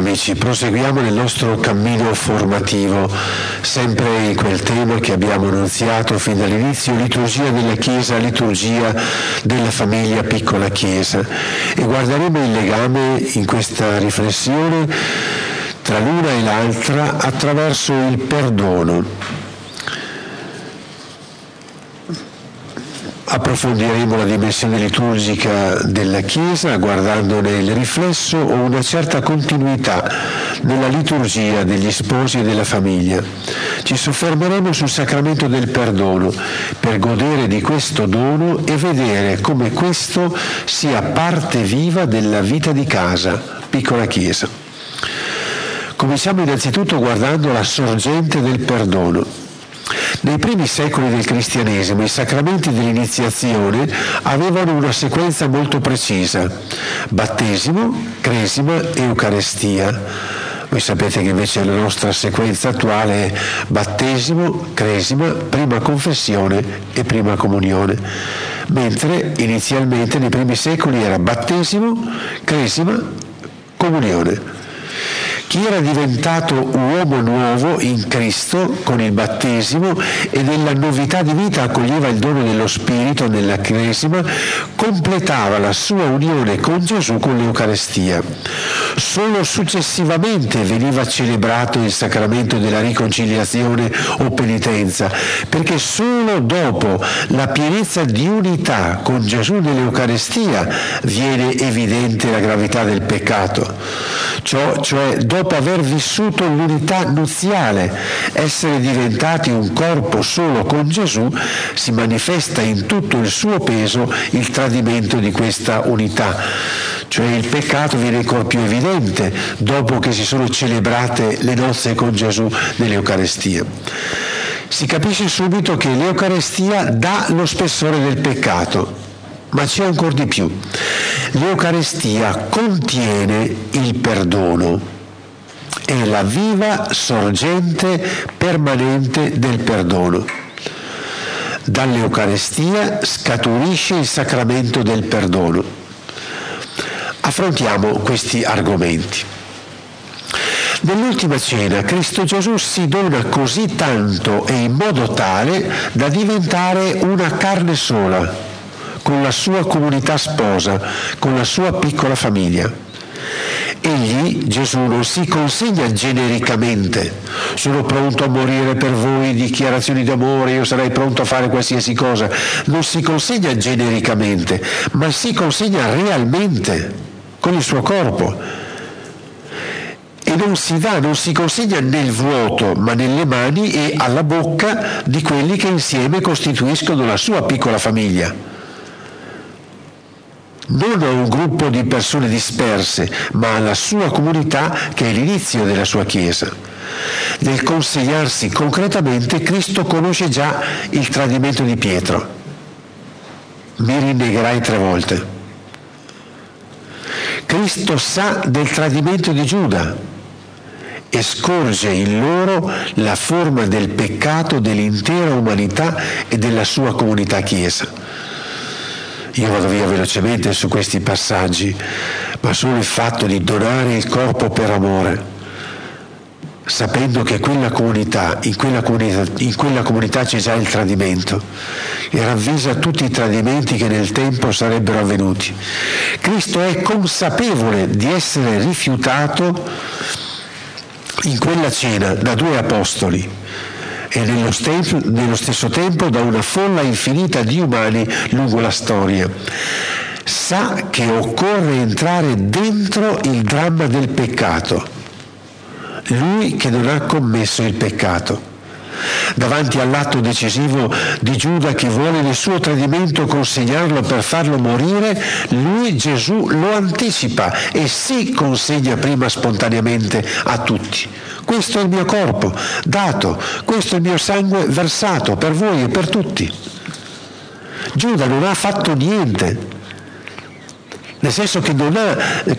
amici, proseguiamo nel nostro cammino formativo, sempre in quel tema che abbiamo annunziato fin dall'inizio, liturgia della Chiesa, liturgia della famiglia, piccola Chiesa, e guarderemo il legame in questa riflessione tra l'una e l'altra attraverso il perdono. Approfondiremo la dimensione liturgica della Chiesa guardandone il riflesso o una certa continuità nella liturgia degli sposi e della famiglia. Ci soffermeremo sul sacramento del perdono per godere di questo dono e vedere come questo sia parte viva della vita di casa, piccola Chiesa. Cominciamo innanzitutto guardando la sorgente del perdono. Nei primi secoli del cristianesimo i sacramenti dell'iniziazione avevano una sequenza molto precisa: battesimo, cresima e Eucaristia. Voi sapete che invece la nostra sequenza attuale è battesimo, cresima, prima confessione e prima comunione, mentre inizialmente nei primi secoli era battesimo, cresima, comunione. Chi era diventato uomo nuovo in Cristo con il battesimo e nella novità di vita accoglieva il dono dello Spirito nella cresima, completava la sua unione con Gesù con l'Eucaristia. Solo successivamente veniva celebrato il sacramento della riconciliazione o penitenza, perché solo dopo la pienezza di unità con Gesù nell'Eucaristia viene evidente la gravità del peccato. Cioè dopo aver vissuto l'unità nuziale, essere diventati un corpo solo con Gesù, si manifesta in tutto il suo peso il tradimento di questa unità. Cioè il peccato viene ancora più evidente dopo che si sono celebrate le nozze con Gesù nell'Eucaristia. Si capisce subito che l'Eucaristia dà lo spessore del peccato, ma c'è ancora di più. L'Eucaristia contiene il perdono, è la viva sorgente permanente del perdono. Dall'Eucaristia scaturisce il sacramento del perdono. Affrontiamo questi argomenti. Nell'ultima cena Cristo Gesù si dona così tanto e in modo tale da diventare una carne sola con la sua comunità sposa, con la sua piccola famiglia. Egli, Gesù, non si consegna genericamente: sono pronto a morire per voi, dichiarazioni d'amore, io sarei pronto a fare qualsiasi cosa. Non si consegna genericamente, ma si consegna realmente con il suo corpo. E non si consegna nel vuoto, ma nelle mani e alla bocca di quelli che insieme costituiscono la sua piccola famiglia. Non a un gruppo di persone disperse, ma alla sua comunità che è l'inizio della sua Chiesa. Nel consegnarsi concretamente, Cristo conosce già il tradimento di Pietro. Mi rinnegherai 3 volte. Cristo sa del tradimento di Giuda e scorge in loro la forma del peccato dell'intera umanità e della sua comunità Chiesa. Io vado via velocemente su questi passaggi, ma solo il fatto di donare il corpo per amore, sapendo che in quella comunità c'è già il tradimento, e ravvisa tutti i tradimenti che nel tempo sarebbero avvenuti. Cristo è consapevole di essere rifiutato in quella cena da 2 apostoli e nello stesso tempo da una folla infinita di umani lungo la storia. Sa che occorre entrare dentro il dramma del peccato, lui che non ha commesso il peccato. Davanti all'atto decisivo di Giuda che vuole nel suo tradimento consegnarlo per farlo morire, lui, Gesù, lo anticipa e si consegna prima spontaneamente a tutti. Questo è il mio corpo dato, questo è il mio sangue versato per voi e per tutti. Giuda non ha fatto niente, nel senso che non ha,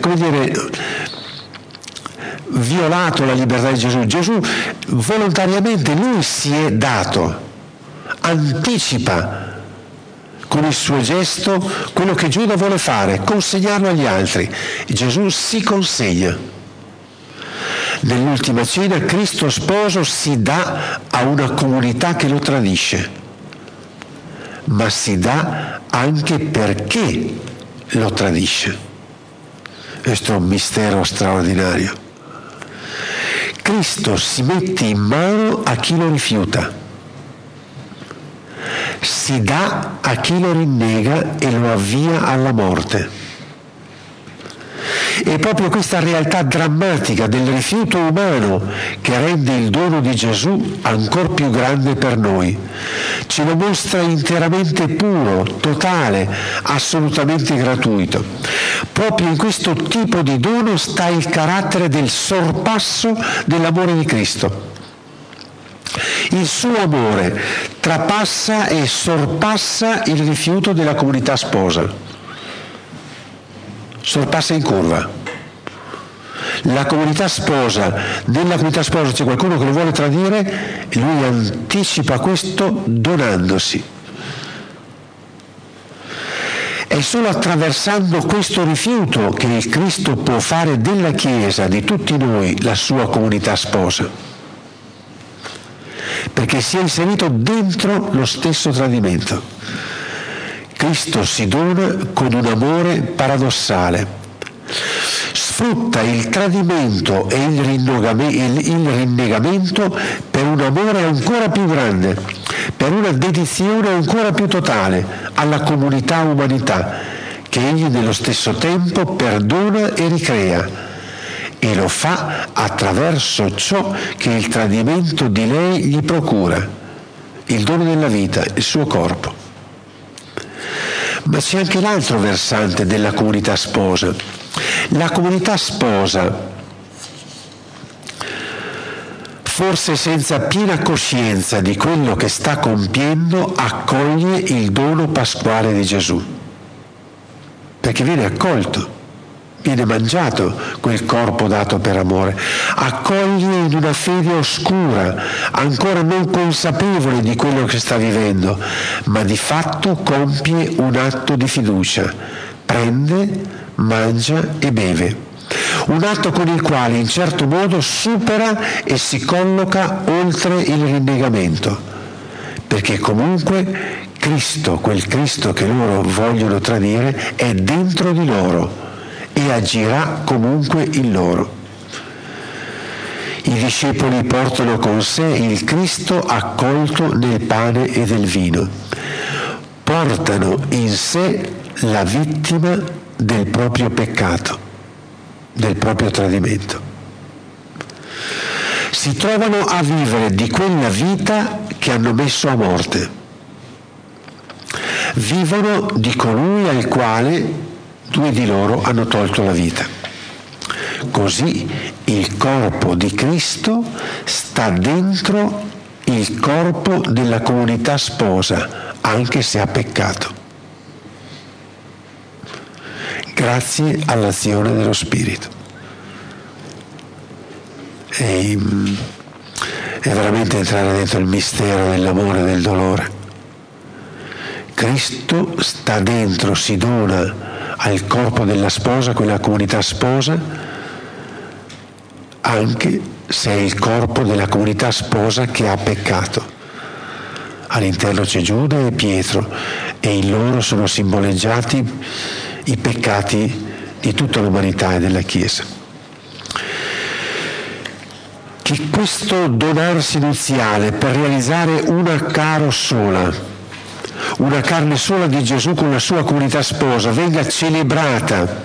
violato la libertà di Gesù. Gesù volontariamente, lui si è dato, anticipa con il suo gesto quello che Giuda vuole fare, consegnarlo agli altri. Gesù si consegna. Nell'ultima cena Cristo sposo si dà a una comunità che lo tradisce, ma si dà anche perché lo tradisce. Questo è un mistero straordinario. Cristo si mette in mano a chi lo rifiuta, si dà a chi lo rinnega e lo avvia alla morte. È proprio questa realtà drammatica del rifiuto umano che rende il dono di Gesù ancor più grande per noi. Ce lo mostra interamente puro, totale, assolutamente gratuito. Proprio in questo tipo di dono sta il carattere del sorpasso dell'amore di Cristo. Il suo amore trapassa e sorpassa il rifiuto della comunità sposa. Sorpassa in curva. La comunità sposa, nella comunità sposa c'è qualcuno che lo vuole tradire e lui anticipa questo donandosi. È solo attraversando questo rifiuto che il Cristo può fare della Chiesa, di tutti noi, la sua comunità sposa, perché si è inserito dentro lo stesso tradimento. Cristo si dona con un amore paradossale, sfrutta il tradimento e il rinnegamento per un amore ancora più grande, per una dedizione ancora più totale alla comunità umanità che egli nello stesso tempo perdona e ricrea, e lo fa attraverso ciò che il tradimento di lei gli procura, il dono della vita, il suo corpo. Ma c'è anche l'altro versante della comunità sposa. La comunità sposa, forse senza piena coscienza di quello che sta compiendo, accoglie il dono pasquale di Gesù, perché viene accolto, viene mangiato quel corpo dato per amore, accoglie in una fede oscura, ancora non consapevole di quello che sta vivendo, ma di fatto compie un atto di fiducia, prende, mangia e beve. Un atto con il quale in certo modo supera e si colloca oltre il rinnegamento, perché comunque Cristo, quel Cristo che loro vogliono tradire, è dentro di loro e agirà comunque in loro. I discepoli portano con sé il Cristo accolto nel pane e nel vino, portano in sé la vittima del proprio peccato, del proprio tradimento. Si trovano a vivere di quella vita che hanno messo a morte. Vivono di colui al quale due di loro hanno tolto la vita. Così il corpo di Cristo sta dentro il corpo della comunità sposa, anche se ha peccato. Grazie all'azione dello Spirito. È veramente entrare dentro il mistero dell'amore e del dolore. Cristo sta dentro, si dona al corpo della sposa, quella comunità sposa, anche se è il corpo della comunità sposa che ha peccato. All'interno c'è Giuda e Pietro e in loro sono simboleggiati i peccati di tutta l'umanità e della Chiesa. Che questo donarsi nuziale per realizzare una caro sola, una carne sola di Gesù con la sua comunità sposa, venga celebrata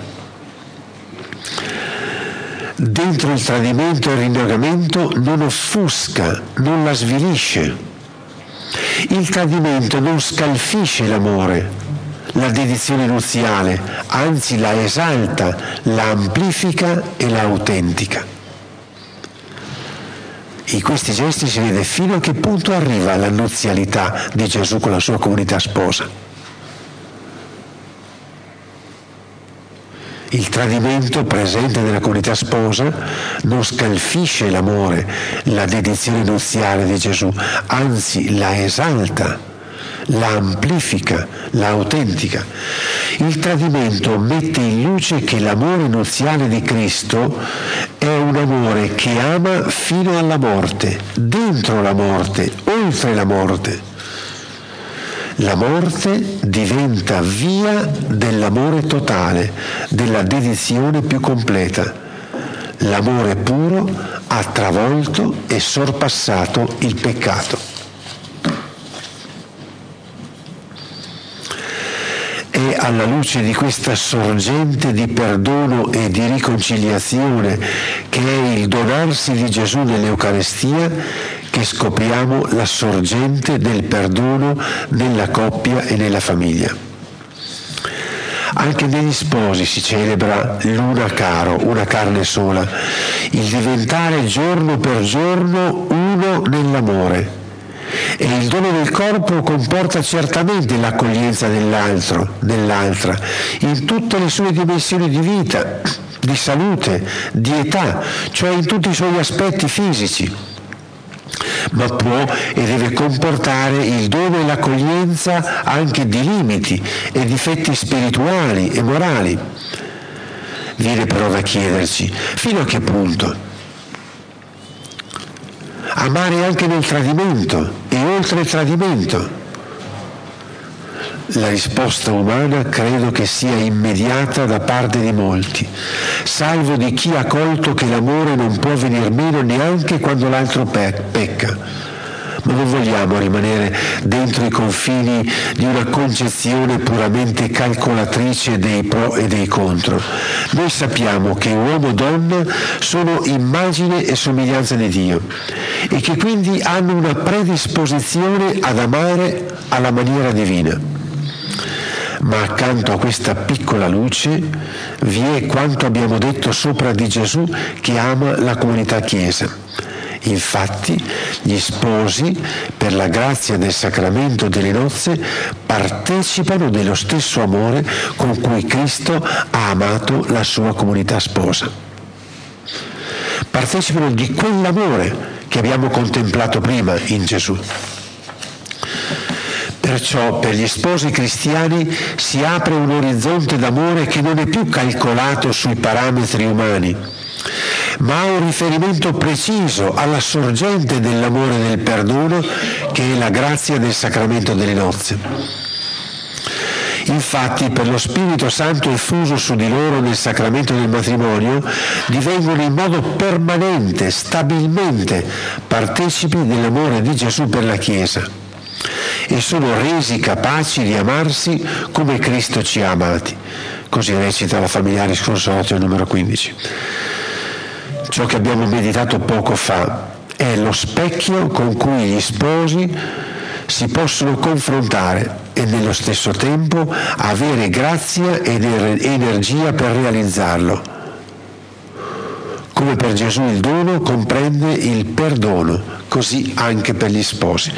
dentro il tradimento e il rinnegamento, non offusca, non la svilisce. Il tradimento non scalfisce l'amore, la dedizione nuziale, anzi la esalta, la amplifica e la autentica. In questi gesti si vede fino a che punto arriva la nuzialità di Gesù con la sua comunità sposa. Il tradimento presente nella comunità sposa non scalfisce l'amore, la dedizione nuziale di Gesù, anzi la esalta, la amplifica, la autentica. Il tradimento mette in luce che l'amore nuziale di Cristo è un amore che ama fino alla morte, dentro la morte, oltre la morte. La morte diventa via dell'amore totale, della dedizione più completa. L'amore puro ha travolto e sorpassato il peccato. È alla luce di questa sorgente di perdono e di riconciliazione, che è il donarsi di Gesù nell'Eucarestia, che scopriamo la sorgente del perdono nella coppia e nella famiglia. Anche negli sposi si celebra l'una caro, una carne sola, il diventare giorno per giorno uno nell'amore. E il dono del corpo comporta certamente l'accoglienza dell'altro, dell'altra, in tutte le sue dimensioni di vita, di salute, di età, cioè in tutti i suoi aspetti fisici. Ma può e deve comportare il dono e l'accoglienza anche di limiti e difetti spirituali e morali. Viene però da chiederci, fino a che punto? Amare anche nel tradimento e oltre il tradimento? La risposta umana credo che sia immediata da parte di molti, salvo di chi ha colto che l'amore non può venir meno neanche quando l'altro pecca. Ma non vogliamo rimanere dentro i confini di una concezione puramente calcolatrice dei pro e dei contro. Noi sappiamo che uomo e donna sono immagine e somiglianza di Dio e che quindi hanno una predisposizione ad amare alla maniera divina. Ma accanto a questa piccola luce vi è quanto abbiamo detto sopra di Gesù, che ama la comunità Chiesa. Infatti gli sposi, per la grazia del sacramento delle nozze, partecipano dello stesso amore con cui Cristo ha amato la sua comunità sposa. Partecipano di quell'amore che abbiamo contemplato prima in Gesù. Perciò per gli sposi cristiani si apre un orizzonte d'amore che non è più calcolato sui parametri umani, ma ha un riferimento preciso alla sorgente dell'amore e del perdono, che è la grazia del sacramento delle nozze. Infatti, per lo Spirito Santo effuso su di loro nel sacramento del matrimonio, divengono in modo permanente, stabilmente partecipi dell'amore di Gesù per la Chiesa e sono resi capaci di amarsi come Cristo ci ha amati. Così recita la Familiaris Consortio numero 15. Ciò che abbiamo meditato poco fa è lo specchio con cui gli sposi si possono confrontare e nello stesso tempo avere grazia ed energia per realizzarlo. Come per Gesù il dono comprende il perdono, così anche per gli sposi.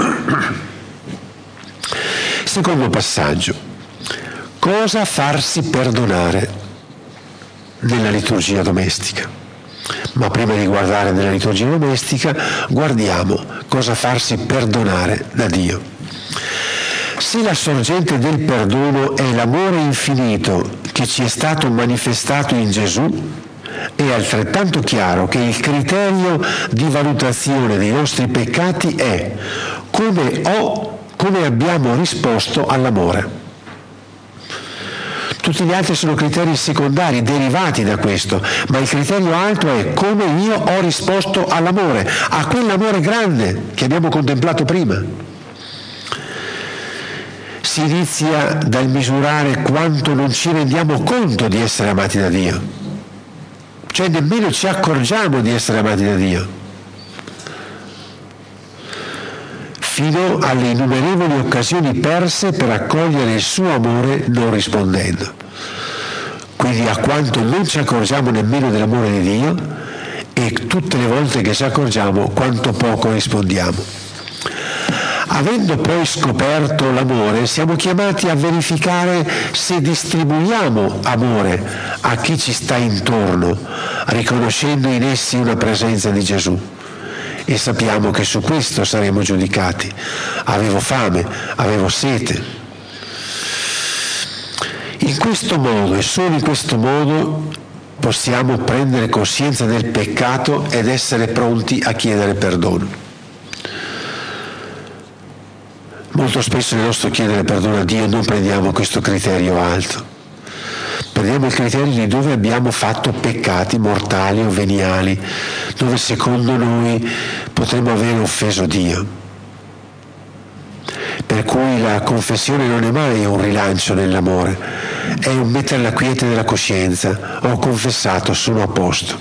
Secondo passaggio. Cosa farsi perdonare nella liturgia domestica? Ma prima di guardare nella liturgia domestica, guardiamo cosa farsi perdonare da Dio. Se la sorgente del perdono è l'amore infinito che ci è stato manifestato in Gesù, è altrettanto chiaro che il criterio di valutazione dei nostri peccati è come abbiamo risposto all'amore. Tutti gli altri sono criteri secondari, derivati da questo, ma il criterio alto è come io ho risposto all'amore, a quell'amore grande che abbiamo contemplato prima. Si inizia dal misurare quanto non ci rendiamo conto di essere amati da Dio, cioè nemmeno ci accorgiamo di essere amati da Dio, fino alle innumerevoli occasioni perse per accogliere il suo amore non rispondendo. Quindi a quanto non ci accorgiamo nemmeno dell'amore di Dio, e tutte le volte che ci accorgiamo quanto poco rispondiamo. Avendo poi scoperto l'amore, siamo chiamati a verificare se distribuiamo amore a chi ci sta intorno, riconoscendo in essi una presenza di Gesù. E sappiamo che su questo saremo giudicati. Avevo fame, avevo sete. In questo modo e solo in questo modo possiamo prendere coscienza del peccato ed essere pronti a chiedere perdono. Molto spesso nel nostro chiedere perdono a Dio non prendiamo questo criterio alto. Prendiamo il criterio di dove abbiamo fatto peccati mortali o veniali, dove secondo noi potremmo aver offeso Dio. Per cui la confessione non è mai un rilancio nell'amore, è un mettere la quiete della coscienza. Ho confessato, sono a posto.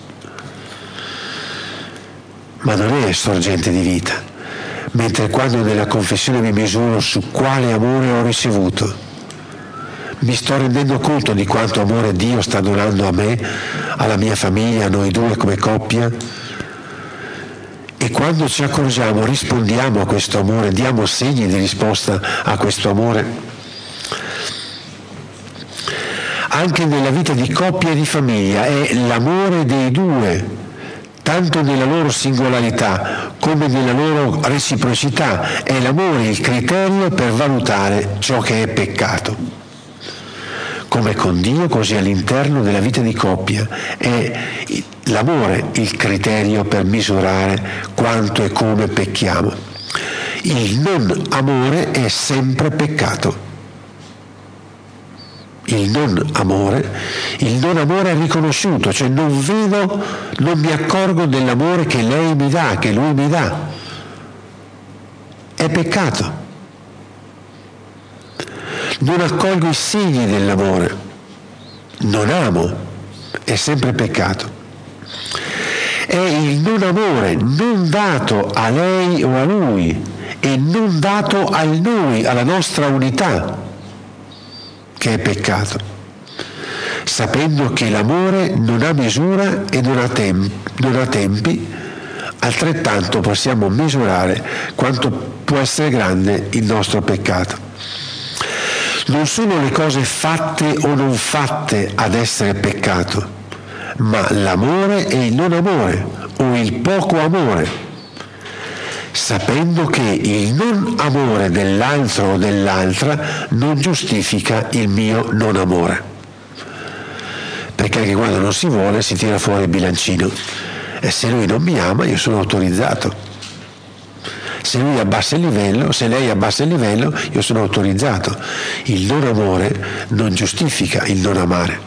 Ma non è sorgente di vita, mentre quando nella confessione mi misuro su quale amore ho ricevuto, mi sto rendendo conto di quanto amore Dio sta donando a me, alla mia famiglia, a noi due come coppia. E quando ci accorgiamo, rispondiamo a questo amore, diamo segni di risposta a questo amore. Anche nella vita di coppia e di famiglia è l'amore dei due, tanto nella loro singolarità come nella loro reciprocità, è l'amore il criterio per valutare ciò che è peccato. Come con Dio, così all'interno della vita di coppia è l'amore il criterio per misurare quanto e come pecchiamo. Il non amore è sempre peccato. Il non amore è riconosciuto, cioè non mi accorgo dell'amore che lei mi dà, che lui mi dà. È peccato. Non accolgo i segni dell'amore, non amo, è sempre peccato. È il non amore non dato a lei o a lui e non dato a noi, alla nostra unità, che è peccato. Sapendo che l'amore non ha misura e non ha tempi, altrettanto possiamo misurare quanto può essere grande il nostro peccato. Non sono le cose fatte o non fatte ad essere peccato, ma l'amore e il non amore o il poco amore, sapendo che il non amore dell'altro o dell'altra non giustifica il mio non amore. Perché anche quando non si vuole si tira fuori il bilancino, e se lui non mi ama io sono autorizzato. Se lui abbassa il livello, se lei abbassa il livello, io sono autorizzato. Il non amore non giustifica il non amare.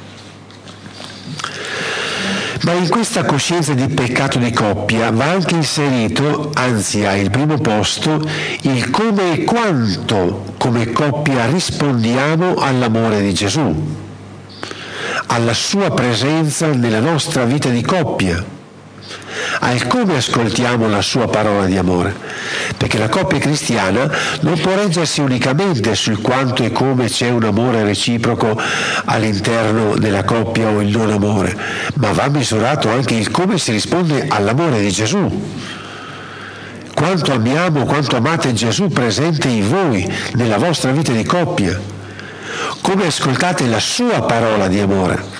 Ma in questa coscienza di peccato di coppia va anche inserito, anzi ha il primo posto, il come e quanto come coppia rispondiamo all'amore di Gesù, alla sua presenza nella nostra vita di coppia, al come ascoltiamo la sua parola di amore, perché la coppia cristiana non può reggersi unicamente sul quanto e come c'è un amore reciproco all'interno della coppia o il non amore, ma va misurato anche il come si risponde all'amore di Gesù. Quanto amiamo, quanto amate Gesù presente in voi, nella vostra vita di coppia, come ascoltate la sua parola di amore.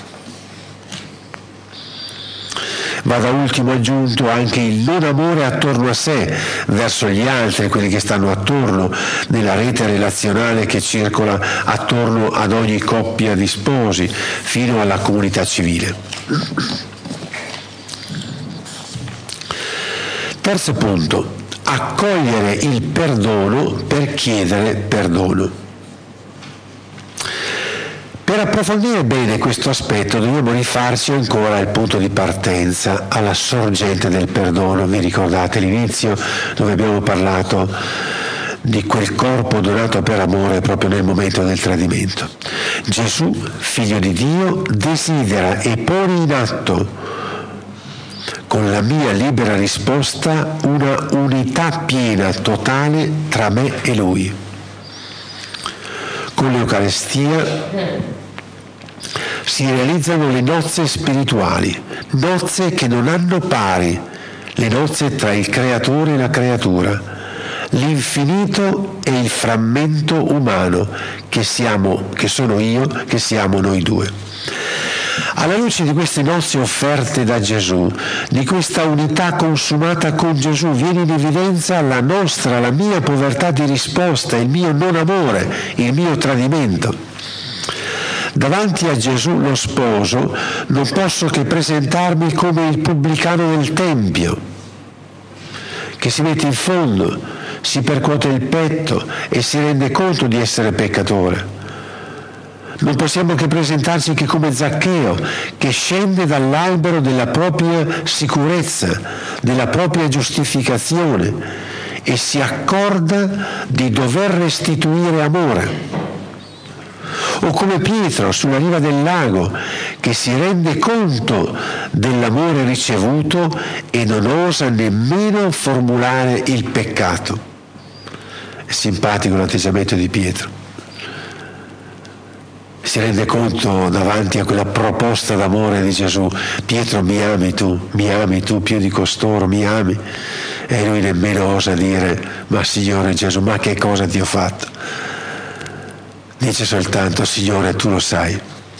Va da ultimo aggiunto anche il non amore attorno a sé, verso gli altri, quelli che stanno attorno, nella rete relazionale che circola attorno ad ogni coppia di sposi, fino alla comunità civile. Terzo punto, accogliere il perdono per chiedere perdono. Per approfondire bene questo aspetto dobbiamo rifarci ancora al punto di partenza, alla sorgente del perdono. Vi ricordate l'inizio dove abbiamo parlato di quel corpo donato per amore proprio nel momento del tradimento. Gesù, figlio di Dio, desidera e pone in atto con la mia libera risposta una unità piena, totale tra me e Lui. Con l'Eucarestia si realizzano le nozze spirituali, nozze che non hanno pari, le nozze tra il creatore e la creatura, l'infinito e il frammento umano che sono io, che siamo noi due. Alla luce di queste nozze offerte da Gesù, di questa unità consumata con Gesù, viene in evidenza la mia povertà di risposta, il mio non amore, il mio tradimento. Davanti a Gesù lo sposo non posso che presentarmi come il pubblicano del Tempio, che si mette in fondo, si percuote il petto e si rende conto di essere peccatore. Non possiamo che presentarci che come Zaccheo, che scende dall'albero della propria sicurezza, della propria giustificazione e si accorda di dover restituire amore. O come Pietro sulla riva del lago, che si rende conto dell'amore ricevuto e non osa nemmeno formulare il peccato. È simpatico l'atteggiamento di Pietro. Si rende conto davanti a quella proposta d'amore di Gesù: Pietro, mi ami tu più di costoro, mi ami? E lui nemmeno osa dire: ma Signore Gesù, ma che cosa ti ho fatto? Dice soltanto: Signore, tu lo sai.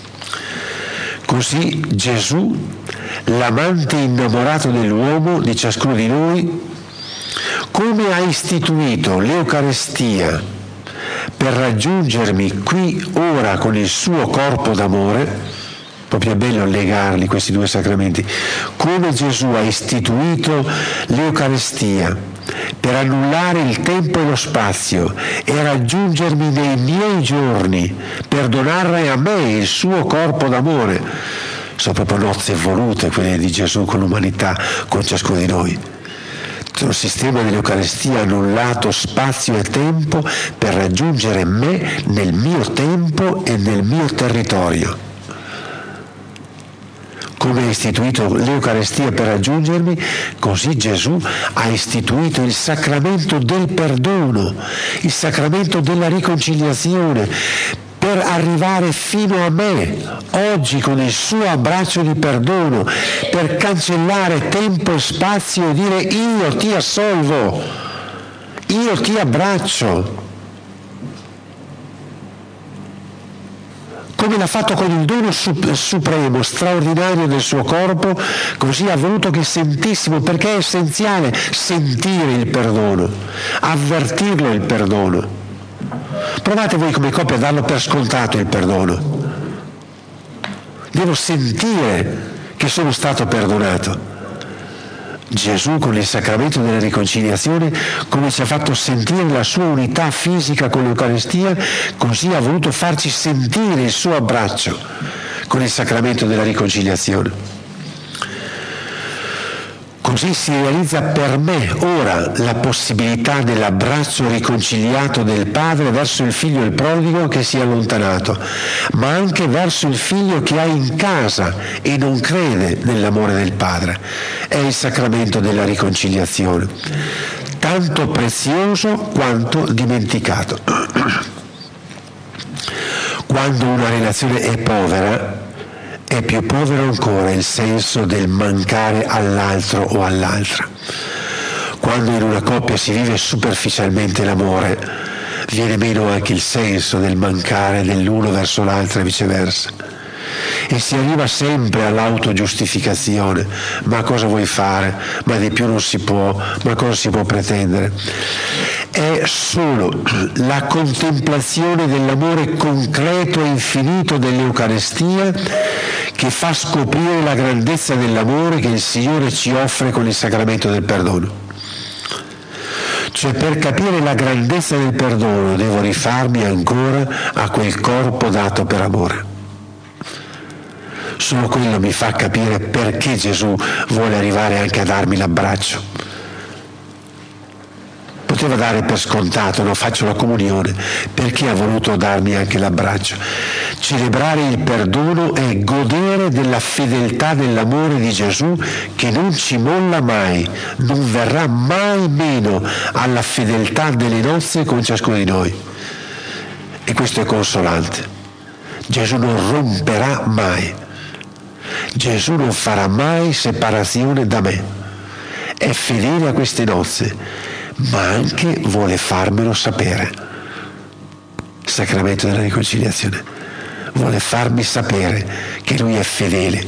Così Gesù, l'amante innamorato dell'uomo, di ciascuno di noi, come ha istituito l'Eucarestia per raggiungermi qui ora con il suo corpo d'amore, proprio è bello legarli questi due sacramenti, come Gesù ha istituito l'Eucarestia per annullare il tempo e lo spazio e raggiungermi nei miei giorni per donare a me il suo corpo d'amore. Sono proprio nozze volute quelle di Gesù con l'umanità, con ciascuno di noi. Il sistema dell'Eucarestia ha annullato spazio e tempo per raggiungere me nel mio tempo e nel mio territorio. Come ha istituito l'Eucarestia per raggiungermi, così Gesù ha istituito il sacramento del perdono, il sacramento della riconciliazione, per arrivare fino a me, oggi con il suo abbraccio di perdono, per cancellare tempo e spazio e dire: io ti assolvo, io ti abbraccio. Come l'ha fatto con il dono supremo, straordinario del suo corpo, così ha voluto che sentissimo, perché è essenziale sentire il perdono, avvertirlo il perdono. Provate voi come coppia a darlo per scontato il perdono. Devo sentire che sono stato perdonato. Gesù con il sacramento della riconciliazione, come ci ha fatto sentire la sua unità fisica con l'Eucaristia, così ha voluto farci sentire il suo abbraccio con il sacramento della riconciliazione. Così si realizza per me ora la possibilità dell'abbraccio riconciliato del padre verso il figlio il prodigo che si è allontanato, ma anche verso il figlio che ha in casa e non crede nell'amore del padre. È il sacramento della riconciliazione, tanto prezioso quanto dimenticato. Quando una relazione è povera, è più povero ancora il senso del mancare all'altro o all'altra. Quando in una coppia si vive superficialmente l'amore, viene meno anche il senso del mancare dell'uno verso l'altro e viceversa. E si arriva sempre all'autogiustificazione: ma cosa vuoi fare? Ma di più non si può, ma cosa si può pretendere? È solo la contemplazione dell'amore concreto e infinito dell'Eucarestia che fa scoprire la grandezza dell'amore che il Signore ci offre con il sacramento del perdono. Cioè, per capire la grandezza del perdono devo rifarmi ancora a quel corpo dato per amore. Solo quello mi fa capire perché Gesù vuole arrivare anche a darmi l'abbraccio. Poteva dare per scontato: no, faccio la comunione. Perché ha voluto darmi anche l'abbraccio? Celebrare il perdono è godere della fedeltà dell'amore di Gesù, che non ci molla mai, non verrà mai meno alla fedeltà delle nozze con ciascuno di noi. E questo è consolante. Gesù non romperà mai. Gesù non farà mai separazione da me. È fedele a queste nozze, ma anche vuole farmelo sapere. Sacramento della riconciliazione vuole farmi sapere che lui è fedele.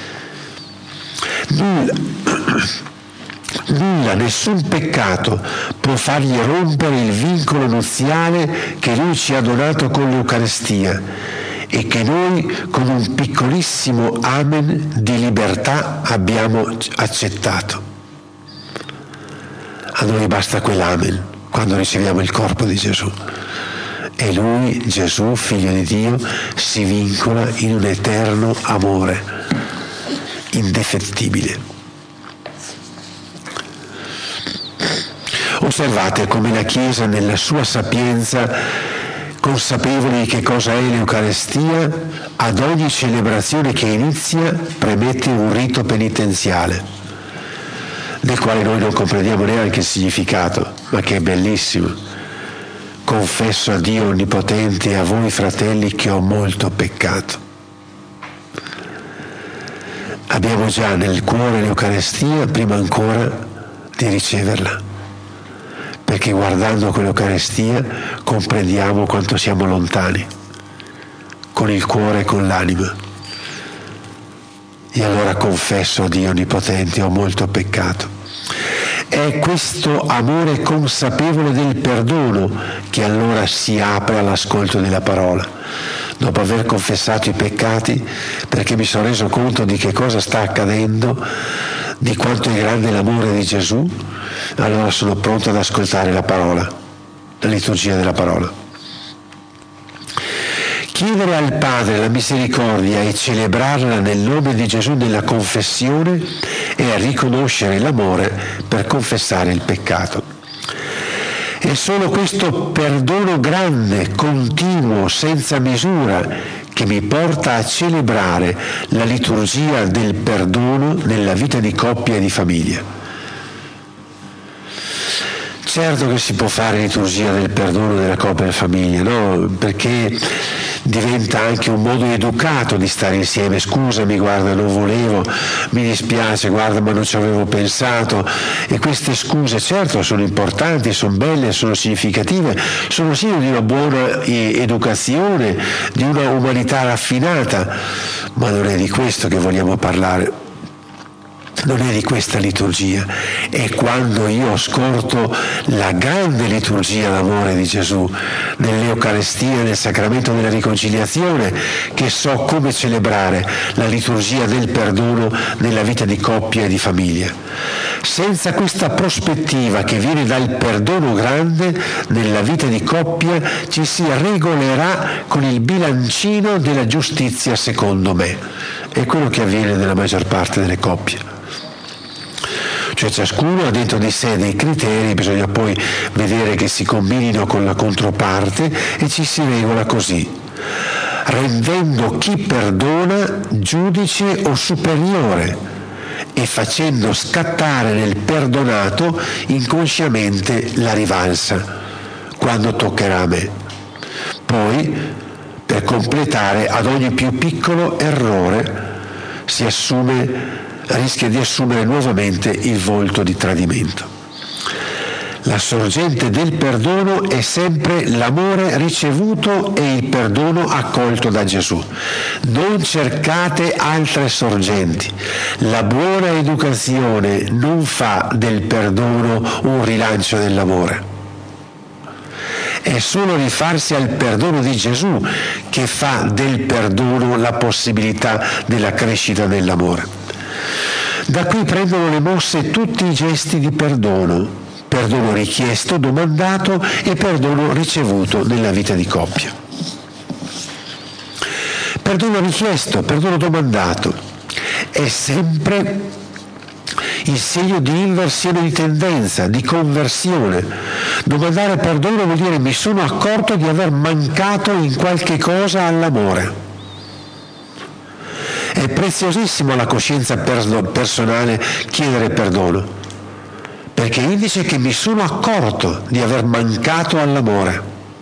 Nulla, nessun peccato può fargli rompere il vincolo nuziale che lui ci ha donato con l'Eucarestia e che noi con un piccolissimo amen di libertà abbiamo accettato. A noi basta quell'amen quando riceviamo il corpo di Gesù. E lui, Gesù, figlio di Dio, si vincola in un eterno amore indefettibile. Osservate come la Chiesa nella sua sapienza, consapevole di che cosa è l'Eucarestia, ad ogni celebrazione che inizia premette un rito penitenziale, del quale noi non comprendiamo neanche il significato, ma che è bellissimo. Confesso a Dio Onnipotente e a voi, fratelli, che ho molto peccato. Abbiamo già nel cuore l'Eucarestia prima ancora di riceverla, perché guardando quell'Eucarestia comprendiamo quanto siamo lontani, con il cuore e con l'anima. E allora confesso a Dio Onnipotente, ho molto peccato. È questo amore consapevole del perdono che allora si apre all'ascolto della parola. Dopo aver confessato i peccati, perché mi sono reso conto di che cosa sta accadendo, di quanto è grande l'amore di Gesù, allora sono pronto ad ascoltare la parola, la liturgia della parola. Chiedere al Padre la misericordia e celebrarla nel nome di Gesù nella confessione è riconoscere l'amore per confessare il peccato. È solo questo perdono grande, continuo, senza misura, che mi porta a celebrare la liturgia del perdono nella vita di coppia e di famiglia. Certo che si può fare liturgia del perdono della coppia e della famiglia, no? Perché diventa anche un modo educato di stare insieme. Scusami, guarda, non volevo, mi dispiace, guarda, ma non ci avevo pensato. E queste scuse, certo, sono importanti, sono belle, sono significative, sono segno di una buona educazione, di una umanità raffinata, ma non è di questo che vogliamo parlare. Non è di questa liturgia. È quando io ascolto la grande liturgia d'amore di Gesù nell'Eucarestia, nel sacramento della riconciliazione, che so come celebrare la liturgia del perdono nella vita di coppia e di famiglia. Senza questa prospettiva che viene dal perdono grande nella vita di coppia ci si regolerà con il bilancino della giustizia secondo me. È quello che avviene nella maggior parte delle coppie. Cioè ciascuno ha dentro di sé dei criteri, bisogna poi vedere che si combinino con la controparte e ci si regola così, rendendo chi perdona giudice o superiore e facendo scattare nel perdonato inconsciamente la rivalsa, quando toccherà a me. Poi, per completare, ad ogni più piccolo errore rischia di assumere nuovamente il volto di tradimento. La sorgente del perdono è sempre l'amore ricevuto e il perdono accolto da Gesù. Non cercate altre sorgenti. La buona educazione non fa del perdono un rilancio dell'amore. È solo rifarsi al perdono di Gesù che fa del perdono la possibilità della crescita dell'amore. Da qui prendono le mosse tutti i gesti di perdono richiesto, domandato e perdono ricevuto nella vita di coppia. Perdono richiesto, perdono domandato è sempre il segno di inversione di tendenza, di conversione. Domandare perdono vuol dire mi sono accorto di aver mancato in qualche cosa all'amore. È preziosissimo alla coscienza personale chiedere perdono, perché indice che mi sono accorto di aver mancato all'amore.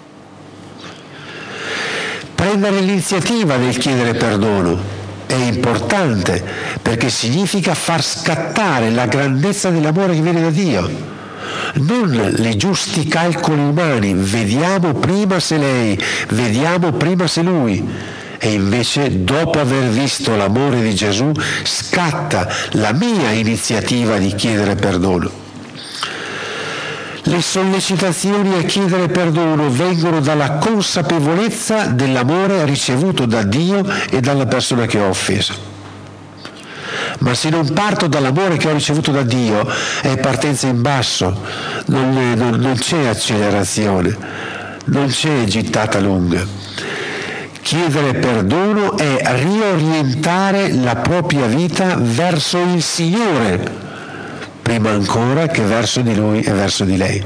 Prendere l'iniziativa del chiedere perdono è importante, perché significa far scattare la grandezza dell'amore che viene da Dio. Non i giusti calcoli umani, vediamo prima se lei, vediamo prima se lui. E invece, dopo aver visto l'amore di Gesù, scatta la mia iniziativa di chiedere perdono. Le sollecitazioni a chiedere perdono vengono dalla consapevolezza dell'amore ricevuto da Dio e dalla persona che ho offeso. Ma se non parto dall'amore che ho ricevuto da Dio, è partenza in basso, non c'è accelerazione, non c'è gittata lunga. Chiedere perdono è riorientare la propria vita verso il Signore, prima ancora che verso di Lui e verso di lei.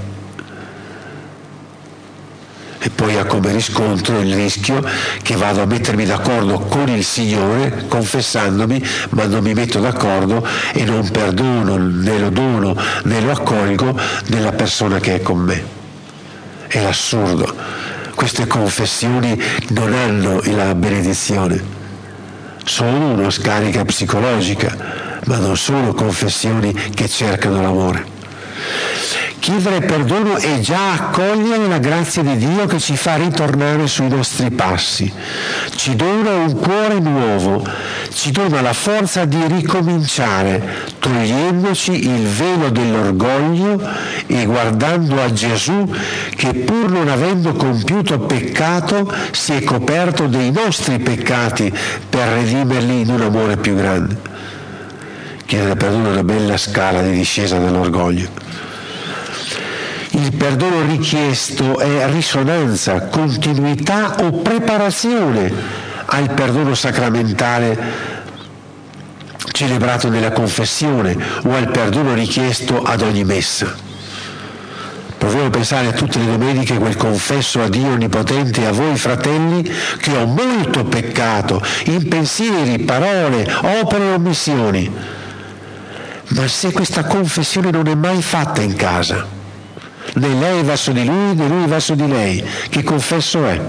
E poi ha come riscontro il rischio che vado a mettermi d'accordo con il Signore confessandomi, ma non mi metto d'accordo e non perdono, né lo dono, né lo accolgo della persona che è con me. È l'assurdo. Queste confessioni non hanno la benedizione, sono una scarica psicologica, ma non sono confessioni che cercano l'amore. Chiedere perdono è già accogliere la grazia di Dio che ci fa ritornare sui nostri passi, ci dona un cuore nuovo, ci dona la forza di ricominciare, togliendoci il velo dell'orgoglio e guardando a Gesù che pur non avendo compiuto peccato si è coperto dei nostri peccati per redimerli in un amore più grande. Chiedere perdono è una bella scala di discesa dell'orgoglio. Il perdono richiesto è risonanza, continuità o preparazione al perdono sacramentale celebrato nella confessione o al perdono richiesto ad ogni messa. Proviamo a pensare a tutte le domeniche quel confesso a Dio Onnipotente e a voi fratelli che ho molto peccato in pensieri, parole, opere e omissioni. Ma se questa confessione non è mai fatta in casa, né lei verso di lui né lui verso di lei, che confesso è?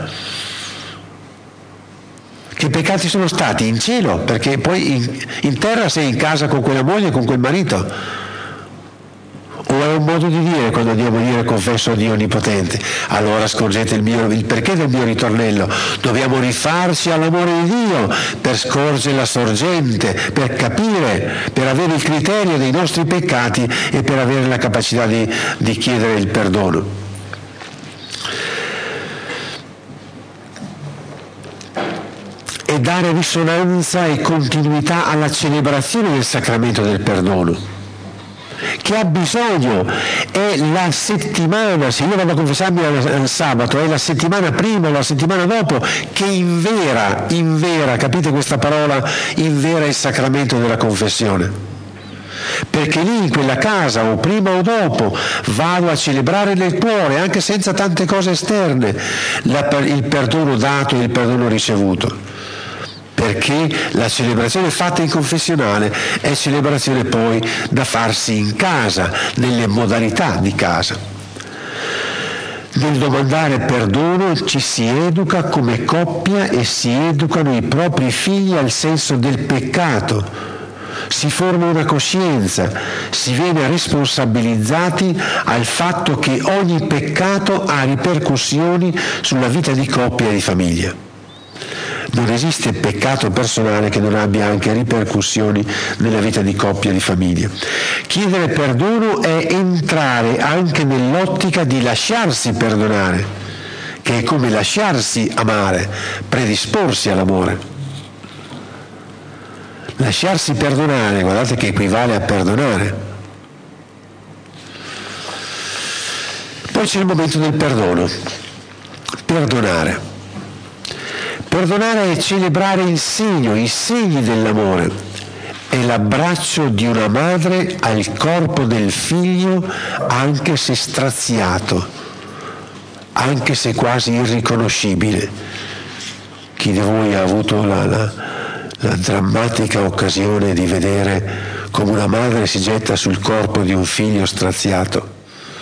Che peccati sono stati in cielo? Perché poi in terra sei in casa con quella moglie, con quel marito. O è un modo di dire quando andiamo a dire confesso a Dio Onnipotente? Allora scorgete il perché del mio ritornello. Dobbiamo rifarci all'amore di Dio per scorgere la sorgente, per capire, per avere il criterio dei nostri peccati e per avere la capacità di chiedere il perdono. E dare risonanza e continuità alla celebrazione del sacramento del perdono, che ha bisogno, è la settimana, se io vado a confessarmi al sabato, è la settimana prima o la settimana dopo che invera, capite questa parola, invera il sacramento della confessione. Perché lì in quella casa, o prima o dopo, vado a celebrare nel cuore, anche senza tante cose esterne, il perdono dato e il perdono ricevuto. Perché la celebrazione fatta in confessionale è celebrazione poi da farsi in casa, nelle modalità di casa. Nel domandare perdono ci si educa come coppia e si educano i propri figli al senso del peccato, si forma una coscienza, si viene responsabilizzati al fatto che ogni peccato ha ripercussioni sulla vita di coppia e di famiglia. Non esiste peccato personale che non abbia anche ripercussioni nella vita di coppia e di famiglia. Chiedere perdono è entrare anche nell'ottica di lasciarsi perdonare, che è come lasciarsi amare, predisporsi all'amore. Lasciarsi perdonare, guardate che equivale a perdonare. Poi c'è il momento del perdono. Perdonare. Perdonare è celebrare i segni dell'amore. È l'abbraccio di una madre al corpo del figlio, anche se straziato, anche se quasi irriconoscibile. Chi di voi ha avuto la drammatica occasione di vedere come una madre si getta sul corpo di un figlio straziato?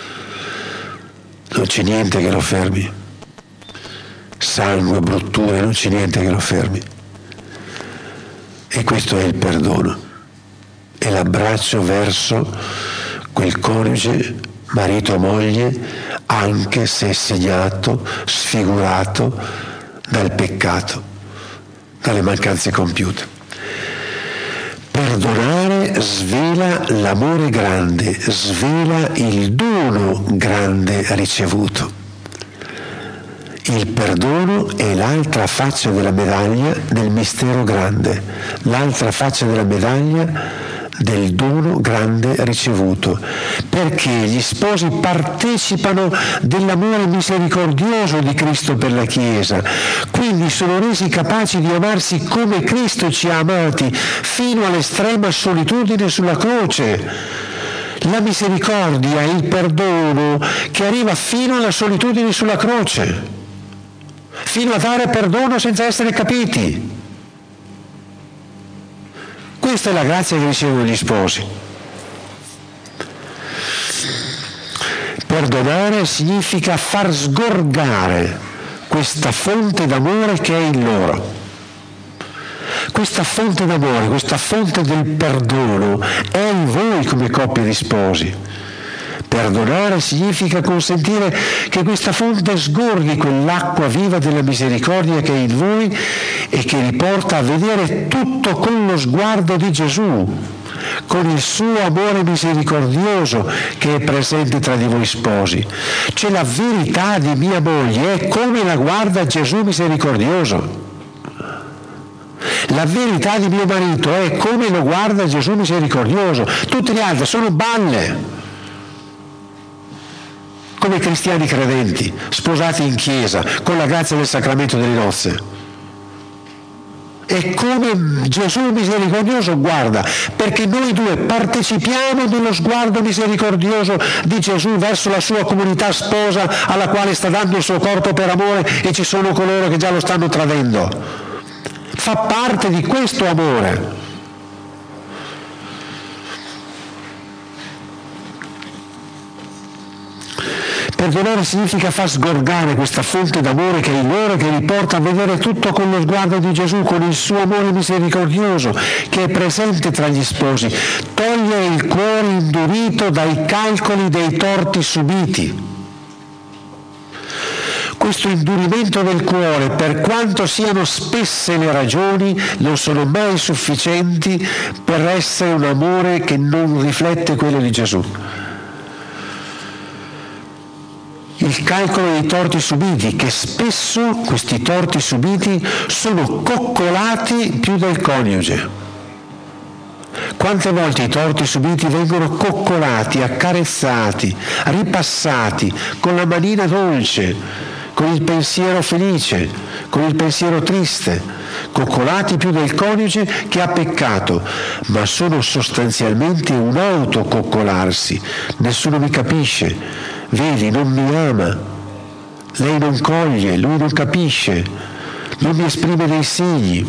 Non c'è niente che lo fermi. Sangue, brutture, non c'è niente che lo fermi. E questo è il perdono, è l'abbraccio verso quel coniuge, marito o moglie, anche se segnato, sfigurato dal peccato, dalle mancanze compiute. Perdonare svela l'amore grande, svela il dono grande ricevuto. Il perdono è l'altra faccia della medaglia del mistero grande, l'altra faccia della medaglia del dono grande ricevuto, perché gli sposi partecipano dell'amore misericordioso di Cristo per la Chiesa, quindi sono resi capaci di amarsi come Cristo ci ha amati fino all'estrema solitudine sulla croce. La misericordia è il perdono che arriva fino alla solitudine sulla croce, fino a dare perdono senza essere capiti. Questa è la grazia che ricevono gli sposi. Perdonare significa far sgorgare questa fonte d'amore che è in loro. Questa fonte d'amore, questa fonte del perdono è in voi come coppia di sposi. Perdonare significa consentire che questa fonte sgorghi quell'acqua viva della misericordia che è in voi e che vi porta a vedere tutto con lo sguardo di Gesù, con il suo amore misericordioso che è presente tra di voi sposi. Cioè la verità di mia moglie è come la guarda Gesù misericordioso. La verità di mio marito è come lo guarda Gesù misericordioso. Tutte le altre sono balle. Come cristiani credenti, sposati in chiesa, con la grazia del sacramento delle nozze. E come Gesù misericordioso guarda, perché noi due partecipiamo dello sguardo misericordioso di Gesù verso la sua comunità sposa alla quale sta dando il suo corpo per amore e ci sono coloro che già lo stanno tradendo. Fa parte di questo amore. Perdonare significa far sgorgare questa fonte d'amore che è in loro, che li porta a vedere tutto con lo sguardo di Gesù, con il suo amore misericordioso che è presente tra gli sposi. Toglie il cuore indurito dai calcoli dei torti subiti. Questo indurimento del cuore, per quanto siano spesse le ragioni, non sono mai sufficienti per essere un amore che non riflette quello di Gesù. Il calcolo dei torti subiti, che spesso questi torti subiti sono coccolati più del coniuge. Quante volte i torti subiti vengono coccolati, accarezzati, ripassati con la manina dolce, con il pensiero felice, con il pensiero triste, coccolati più del coniuge che ha peccato, ma sono sostanzialmente un autococcolarsi. Nessuno mi capisce. Vedi, non mi ama, lei non coglie, lui non capisce, non mi esprime dei segni.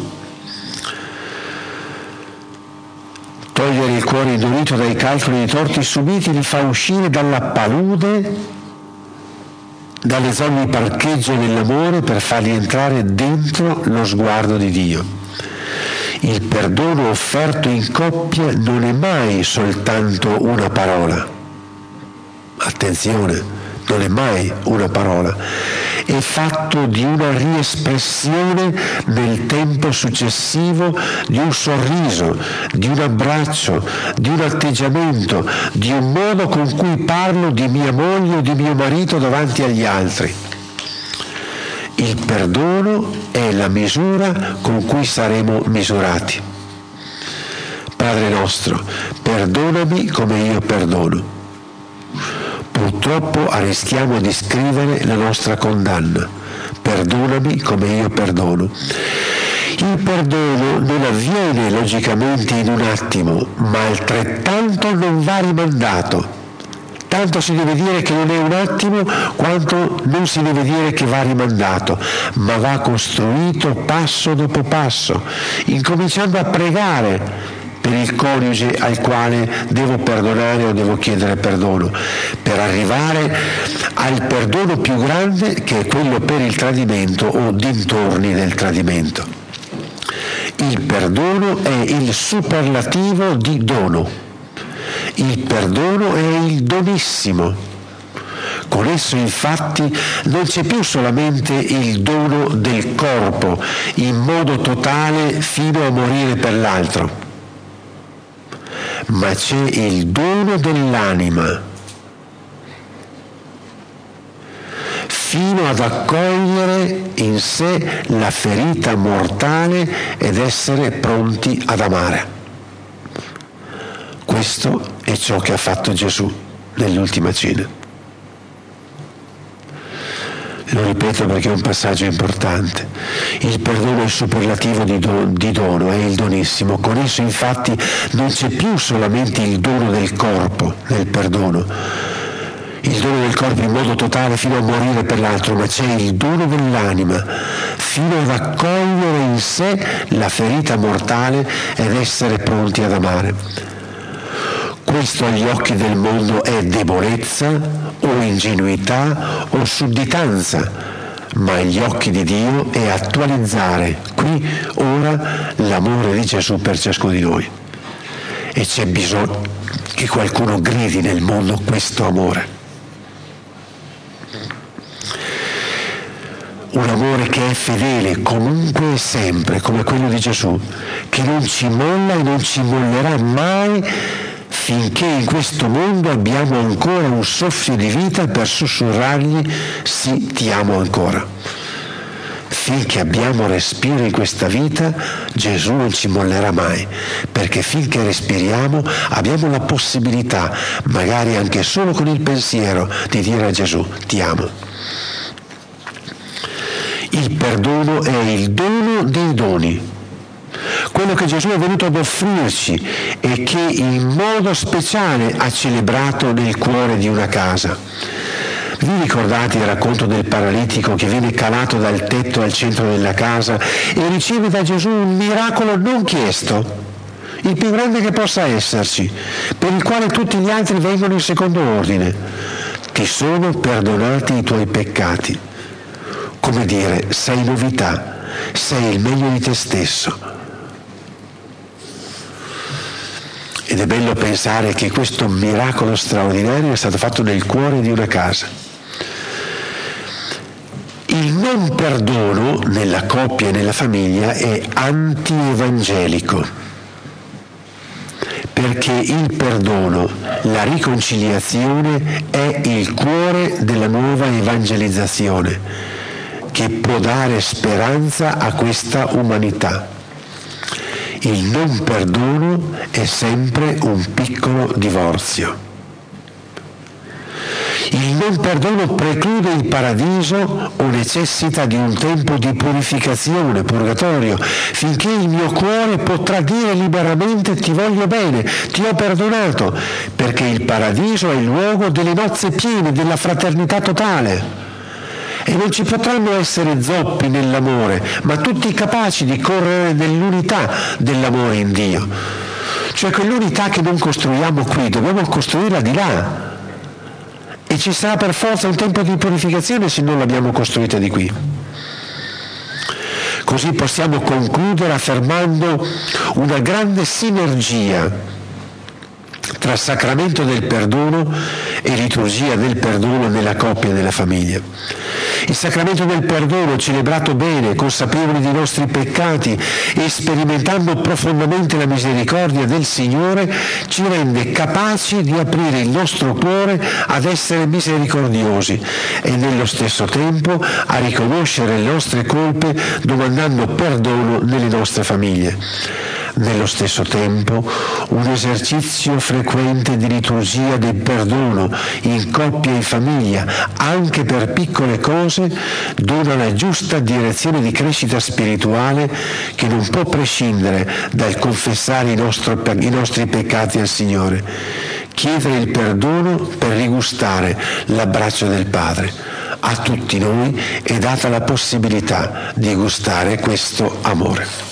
Togliere il cuore indurito dai calcoli dei torti subiti li fa uscire dalla palude, dalle zone di parcheggio dell'amore per farli entrare dentro lo sguardo di Dio. Il perdono offerto in coppia non è mai soltanto una parola. Attenzione, non è mai una parola, è fatto di una riespressione nel tempo successivo di un sorriso, di un abbraccio, di un atteggiamento, di un modo con cui parlo di mia moglie o di mio marito davanti agli altri. Il perdono è la misura con cui saremo misurati. Padre nostro, perdonami come io perdono. Purtroppo arrischiamo di scrivere la nostra condanna. Perdonami come io perdono. Il perdono non avviene logicamente in un attimo, ma altrettanto non va rimandato. Tanto si deve dire che non è un attimo, quanto non si deve dire che va rimandato, ma va costruito passo dopo passo, incominciando a pregare per il coniuge al quale devo perdonare o devo chiedere perdono, per arrivare al perdono più grande, che è quello per il tradimento o dintorni del tradimento. Il perdono è il superlativo di dono. Il perdono è il donissimo. Con esso infatti non c'è più solamente il dono del corpo in modo totale fino a morire per l'altro. ma c'è il dono dell'anima, fino ad accogliere in sé la ferita mortale ed essere pronti ad amare. Questo è ciò che ha fatto Gesù nell'ultima cena. Lo ripeto perché è un passaggio importante. Il perdono è il superlativo di dono, è il donissimo. Con esso infatti non c'è più solamente il dono del corpo nel perdono, il dono del corpo in modo totale fino a morire per l'altro, ma c'è il dono dell'anima fino ad accogliere in sé la ferita mortale ed essere pronti ad amare. Questo agli occhi del mondo è debolezza o ingenuità o sudditanza, ma agli occhi di Dio è attualizzare qui, ora, l'amore di Gesù per ciascuno di noi. E c'è bisogno che qualcuno gridi nel mondo questo amore. Un amore che è fedele comunque e sempre, come quello di Gesù, che non ci molla e non ci mollerà mai finché in questo mondo abbiamo ancora un soffio di vita per sussurrargli sì, ti amo ancora. Finché abbiamo respiro in questa vita, Gesù non ci mollerà mai, perché finché respiriamo abbiamo la possibilità, magari anche solo con il pensiero, di dire a Gesù ti amo. Il perdono è il dono dei doni, quello che Gesù è venuto ad offrirci e che in modo speciale ha celebrato nel cuore di una casa. Vi ricordate il racconto del paralitico che viene calato dal tetto al centro della casa e riceve da Gesù un miracolo non chiesto, il più grande che possa esserci, per il quale tutti gli altri vengono in secondo ordine? Ti sono perdonati i tuoi peccati. Come dire, sei novità, sei il meglio di te stesso. Ed è bello pensare che questo miracolo straordinario è stato fatto nel cuore di una casa. Il non perdono nella coppia e nella famiglia è anti-evangelico, perché il perdono, la riconciliazione è il cuore della nuova evangelizzazione, che può dare speranza a questa umanità. Il non perdono è sempre un piccolo divorzio. Il non perdono preclude il paradiso o necessita di un tempo di purificazione, purgatorio, finché il mio cuore potrà dire liberamente ti voglio bene, ti ho perdonato, perché il paradiso è il luogo delle nozze piene, della fraternità totale. E non ci potranno essere zoppi nell'amore, ma tutti capaci di correre nell'unità dell'amore in Dio. Cioè quell'unità che non costruiamo qui, dobbiamo costruirla di là. E ci sarà per forza un tempo di purificazione se non l'abbiamo costruita di qui. Così possiamo concludere affermando una grande sinergia tra sacramento del perdono e liturgia del perdono nella coppia e nella famiglia. Il sacramento del perdono, celebrato bene, consapevoli dei nostri peccati e sperimentando profondamente la misericordia del Signore, ci rende capaci di aprire il nostro cuore ad essere misericordiosi e nello stesso tempo a riconoscere le nostre colpe domandando perdono nelle nostre famiglie. Nello stesso tempo, un esercizio frequente di liturgia del perdono in coppia e in famiglia, anche per piccole cose, dona la giusta direzione di crescita spirituale che non può prescindere dal confessare i nostri peccati al Signore. Chiedere il perdono per rigustare l'abbraccio del Padre. A tutti noi è data la possibilità di gustare questo amore.